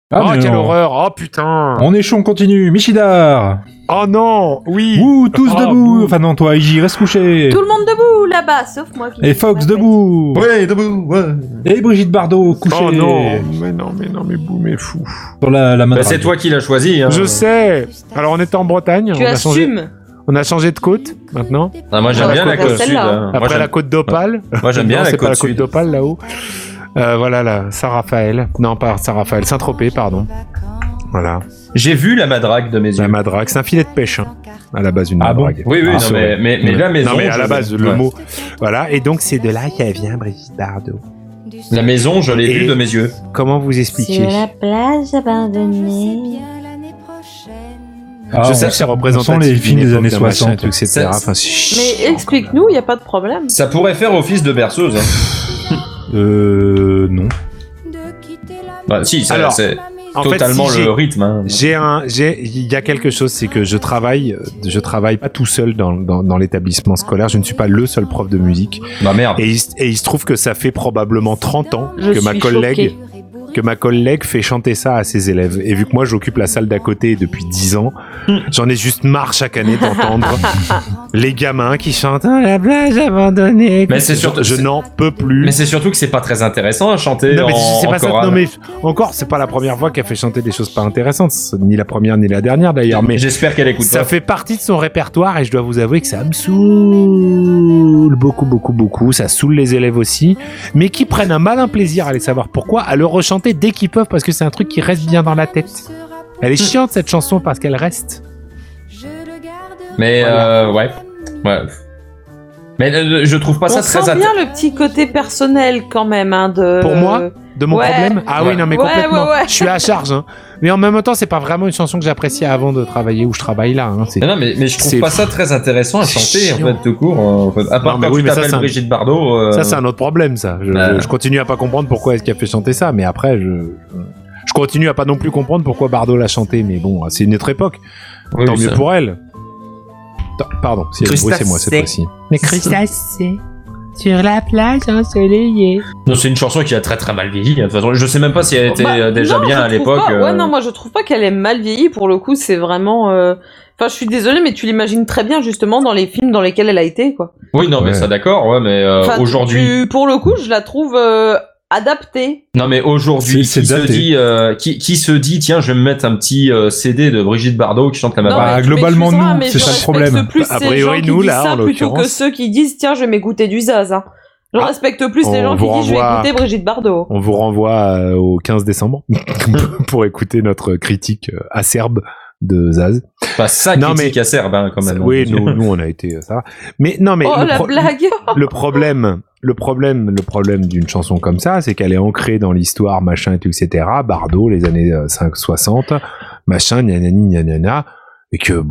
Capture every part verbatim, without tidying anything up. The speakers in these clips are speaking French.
Ah, oh, quelle non. horreur. Oh, putain. On est chaud, on continue. Michidar. Oh non, oui. Ouh, tous Oh, debout. bouh. Enfin non, toi, Iji, reste couché. Tout le monde debout là-bas, sauf moi. Et Fox debout. Ouais, debout, ouais. Et Brigitte Bardot couchée. Oh non, mais non, mais non, mais boum, mais fou. Sur la, la Bah, matraque. c'est toi qui l'as choisi. Hein. Je sais. Alors, on était en Bretagne. Tu on a changé. assumes. On a changé de côte maintenant. Ah, moi, j'aime Ah, bien la la côte côte sud. celle-là. hein. Moi, Après j'aime- la côte d'Opale. Moi, j'aime bien Non, la c'est pas côte la côte sud. d'Opale là-haut. Euh, voilà, là, Saint-Raphaël. Non, pas Saint-Raphaël, Saint-Tropez, pardon. Voilà. J'ai vu la madrague de mes yeux. La madrague, c'est un filet de pêche, hein, à la base, une Ah bon madrague. Oui, oui, Ah, non, c'est mais, vrai. mais, mais la maison. Non, mais à je la l'ai- base, le ouais. mot. Voilà, et donc c'est de là qu'elle vient, Brigitte Bardot. La maison, je l'ai Et- vue de mes yeux. Comment vous expliquer Sur la plage abandonnée. Ah, Je on sais que sent- c'est représentatif. on sent les d'une films des époque années d'un machin, soixante. et cetera. Ça- Enfin, c'est chiant. Mais explique-nous, il y a pas de problème. Ça pourrait faire office de berceuse. Hein. Euh, non. Bah, si, ça- Alors, c'est En fait, totalement si le j'ai- rythme. Hein. J'ai un, j'ai, il y a quelque chose, c'est que je travaille, euh, je travaille pas tout seul dans, dans, dans l'établissement scolaire. Je ne suis pas le seul prof de musique. Bah merde. Et il, s- et il se trouve que ça fait probablement trente ans Je que ma suis collègue, choquée. que ma collègue fait chanter ça à ses élèves. Et vu que moi j'occupe la salle d'à côté depuis dix ans, j'en ai juste marre chaque année d'entendre les gamins qui chantent ah, la plage abandonnée. Mais c'est surtout- je c'est- n'en peux plus. Mais c'est surtout que c'est pas très intéressant à chanter Non mais en, c'est en pas ça. chorale. Non mais encore, c'est pas la première fois qu'elle fait chanter des choses pas intéressantes, C'est ni la première ni la dernière d'ailleurs. Mais J'espère qu'elle écoute ça pas. fait partie de son répertoire et je dois vous avouer que ça me saoule beaucoup, beaucoup, beaucoup. Ça saoule les élèves aussi, mais qui prennent un malin plaisir à aller savoir pourquoi, à le rechanter dès qu'ils peuvent parce que c'est un truc qui reste bien dans la tête. Elle est chiante cette chanson parce qu'elle reste. Mais euh, ouais. Ouais. Mais euh, je trouve pas On ça sent très bien intéressant. le petit côté personnel quand même hein, de. Pour moi, de mon Ouais. problème. Ah oui, non mais Ouais, complètement. ouais, ouais. Je suis à charge. Hein. Mais en même temps, c'est pas vraiment une chanson que j'appréciais avant de travailler où je travaille là. Hein. C'est... Non, mais, mais je trouve C'est- pas ça très intéressant à c'est chanter, en chiant. fait, tout court. En fait. À part Non, mais quand oui, tu mais ça, t'appelles c'est un- Brigitte Bardot. euh, Ça, c'est un autre problème, ça. Je, Euh. je- je continue à pas comprendre pourquoi est-ce qu'elle fait chanter ça, mais après, je, je continue à pas non plus comprendre pourquoi Bardot l'a chanté, mais bon, c'est une autre époque. oui, Tant oui, mieux ça- pour elle. Tant- Pardon, si elle bruit, c'est moi cette Crustacés. fois-ci. Mais crustacés sur la plage ensoleillée. Non, c'est une chanson qui a très très mal vieilli. De toute façon, je sais même pas si elle était Bah, euh, déjà non, bien je à trouve l'époque. pas- Ouais, euh. non, moi je trouve pas qu'elle est mal vieillie. Pour le coup, c'est vraiment. euh, Enfin, je suis désolée, mais tu l'imagines très bien justement dans les films dans lesquels elle a été, quoi. Oui, non, mais Ouais. ça d'accord, ouais, mais euh, Enfin, aujourd'hui. tu- Pour le coup, je la trouve euh, adaptée. Non, mais aujourd'hui, C'est- qui c'est se daté. dit, euh, qui, qui se dit, tiens, je vais me mettre un petit euh, C D de Brigitte Bardot qui chante la Non, madrague. Bah, mais- globalement, mais excuse-moi, nous, mais c'est je ça le respecte problème. plus A ces priori, gens qui nous, disent là, ça en plutôt que l'occurrence. ceux qui disent tiens, je vais m'écouter du Zaz. Hein. Je Ah. respecte plus les On gens qui vous disent je vais renvoie- écouter Brigitte Bardot. On vous renvoie euh, au quinze décembre pour écouter notre critique euh, acerbe de Zaz. Pas ça Non, critique mais- acerbe, hein, quand même. Oui, nous, nous, on a été euh, ça. Mais non, mais Oh le, la pro- blague. le problème, le problème, le problème d'une chanson comme ça, c'est qu'elle est ancrée dans l'histoire, machin et tout, et cetera. Bardot, les années euh, cinq soixante, machin, gna-gna-ni, gna-gna-gna, et que bon,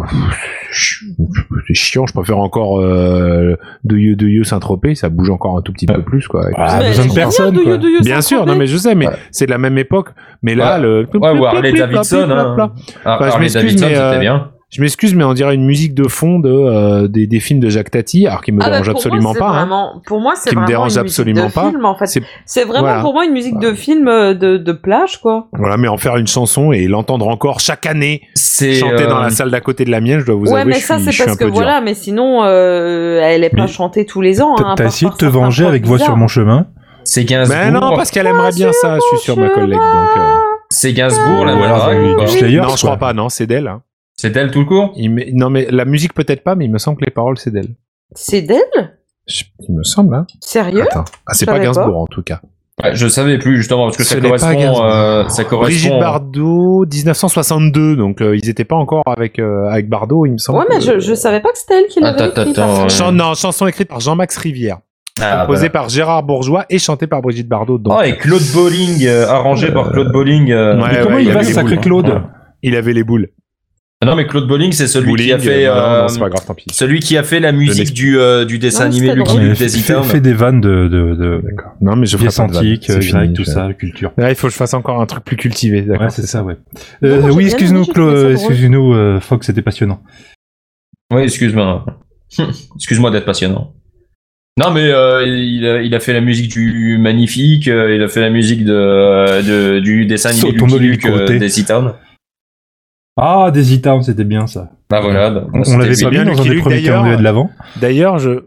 c'est chiant. Je préfère encore euh, Do You Do You Saint-Tropez, ça bouge encore un tout petit peu plus, quoi. Ah, Mais besoin de c'est personne, bien, quoi. Do You Do You Bien sûr, non mais je sais, mais Ouais. c'est de la même époque. Mais là, Ouais. le Ouais, ou Harley Davidson, hein. Ah, Enfin, je Harley m'excuse, Davidson, mais, euh, c'était bien. Je m'excuse, mais on dirait une musique de fond de euh, des, des films de Jacques Tati, alors qui me Ah bah, dérange pour absolument moi, c'est pas. hein. Vraiment, pour moi, c'est Qui me vraiment dérange une musique absolument de pas. film, en fait. C'est- C'est vraiment Voilà. pour moi une musique de film euh, de, de plage, quoi. Voilà, mais en faire une chanson et l'entendre encore chaque année C'est chanter euh, dans la salle d'à côté de la mienne, je dois vous Ouais, avouer, mais je ça, suis, c'est je suis un parce que peu dur. voilà, mais sinon, euh, elle est pas Mais chantée tous les ans. Hein, T'as à t'as part essayé par de te certains venger profs avec Voix sur bizarres. mon chemin. C'est Gainsbourg. Mais non, parce qu'elle aimerait bien ça, je suis sûr, ma collègue. Donc, euh, C'est Gainsbourg, la Ou alors, madrague, du- ou pas du Slayer, non, je quoi. crois pas, non, c'est d'elle. hein. C'est elle tout le court Il me- Non, mais la musique peut-être pas, mais il me semble que les paroles c'est d'elle. C'est d'elle? Je- Il me semble, hein. Sérieux? Attends. Ah, c'est Je pas savais Gainsbourg pas. en tout cas. Ouais, je savais plus, justement, parce que Ce ça n'est pas correspond, Gainsbourg. euh, ça correspond. Brigitte Bardot, dix-neuf cent soixante-deux, donc euh, ils étaient pas encore avec euh, avec Bardot, il me semble. Ouais, mais je, je savais pas que c'était elle qui l'avait Attends, écrit. attends, par attends, contre. Chan- non, chanson écrite par Jean-Max Rivière, Ah, composée bah. par Gérard Bourgeois et chantée par Brigitte Bardot. Donc, Oh, et Claude Bolling, euh, arrangé par Claude Bolling. euh, Ouais, Mais comment ouais, il il va, avait ce les sacré boules. Claude? Ouais. il avait les boules. Ah non, mais Claude Bolling, c'est celui qui a Bowling, fait, euh, non, euh, non, c'est pas grave, tant pis. celui qui a fait la musique l'explique. du, euh, du dessin Non, animé c'était Lucky drôle. Luke Fait, Daisy fait, Town. fait des vannes de, de, de Non, mais je ferai pièces pas de vanne. antiques, C'est euh, fini, grec, tout je- ça, culture. Là, il faut que je fasse encore un truc plus cultivé. D'accord. Ouais, c'est ça, ouais. Non, Euh, moi, j'ai oui, bien excuse-nous, aimé, j'ai trouvé Claude, ça drôle. excuse-nous, euh, Fox, c'était passionnant. Oui, excuse-moi. Excuse-moi d'être passionnant. Non, mais euh, il, a, il a fait la musique du Magnifique, euh, il a fait la musique de, de du dessin animé Sautons Lucky de Luke côté. euh, des Town. Ah, Daisy Town, c'était bien ça. Bah voilà. bah, On, on c'était l'avait bien. pas bien mis dans un Lucky des Luke, premiers d'ailleurs. calendriers de l'avant. D'ailleurs, je.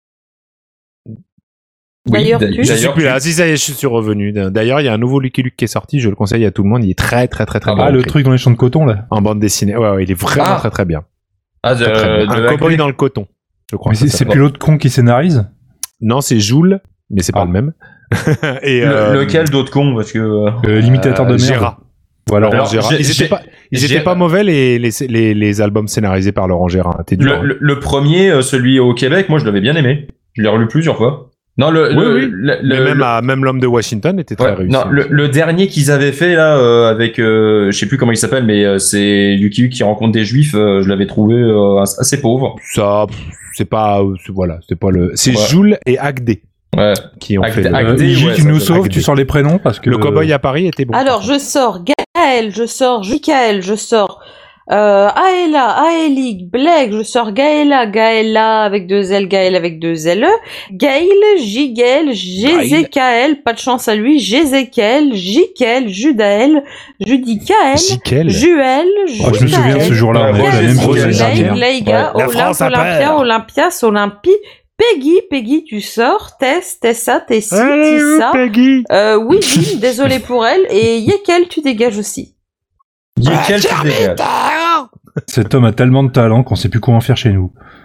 Oui, D'ailleurs, d'a- tu- Je suis d'ailleurs, plus tu- là. Si ça y est, je suis revenu. D'ailleurs, il y a un nouveau Lucky Luke qui est sorti. Je le conseille à tout le monde. Il est très, très, très, très Ah bien. Ah, le écrit. truc dans les champs de coton, là. En bande dessinée. Ouais, ouais, il est vraiment Ah. très, très bien. Ah, de, Très, très bien. de Un la cowboy clé. dans le coton. Je crois. Mais que ça c'est c'est s'appelle. plus l'autre con qui scénarise. Non, c'est Joule, mais c'est pas Ah. le même. Et Le- euh, lequel d'autre con parce que euh, Euh, L'imitateur de euh, merde. Gérard. Voilà. Laurent Alors, Gérard. j'ai- Ils j'ai- étaient pas, ils j'ai- étaient pas mauvais les, les, les, les albums scénarisés par Laurent Gérard. T'es dur. le, hein. le, le premier, euh, celui au Québec, moi je l'avais bien aimé. Je l'ai relu plusieurs fois. Non, le, Oui, le, oui. le- Mais le- même, le- à, même l'homme de Washington était très ouais, réussi. non, le, le dernier qu'ils avaient fait là euh, avec, euh, je sais plus comment il s'appelle, mais euh, c'est Lucky Luke qui rencontre des Juifs. euh, je l'avais trouvé euh, assez pauvre. Ça, pff, c'est pas, euh, c'est- voilà, c'est pas le, c'est Ouais. Joule et Agdé Ouais. qui ont Agdé- fait le, Agdé- Euh, Agdé, J, ouais, tu ça, nous ça, sauves, Agdé. tu sors les prénoms parce que. le cowboy à Paris était bon. Alors, je sors Gaël, je sors Jikaël, je sors euh, Aela, Aélie, Blake, je sors Gaëla, Gaëla avec deux L, Gaël avec deux L, Gaël, Jigel, Jézékaël, pas de chance à lui, Jézékel, Jikel, Judaël, Judicaël, Jiquel. Juel, Oh, je me souviens de ce Judaël, jour-là, on Ouais, a fait la Roger même Roger chose l'année Roger dernière. Leiga, Leiga, Ouais. La Olympe, France a Olympia, peur. Olympias, Olympie, Peggy, Peggy, tu sors, Tess, Tessa, Tessie, Allez, Tissa, Peggy. euh, oui, Jim, désolé pour elle, et Yekel, tu dégages aussi. Nickel, tu dégages. Cet homme a tellement de talent qu'on sait plus quoi en faire chez nous.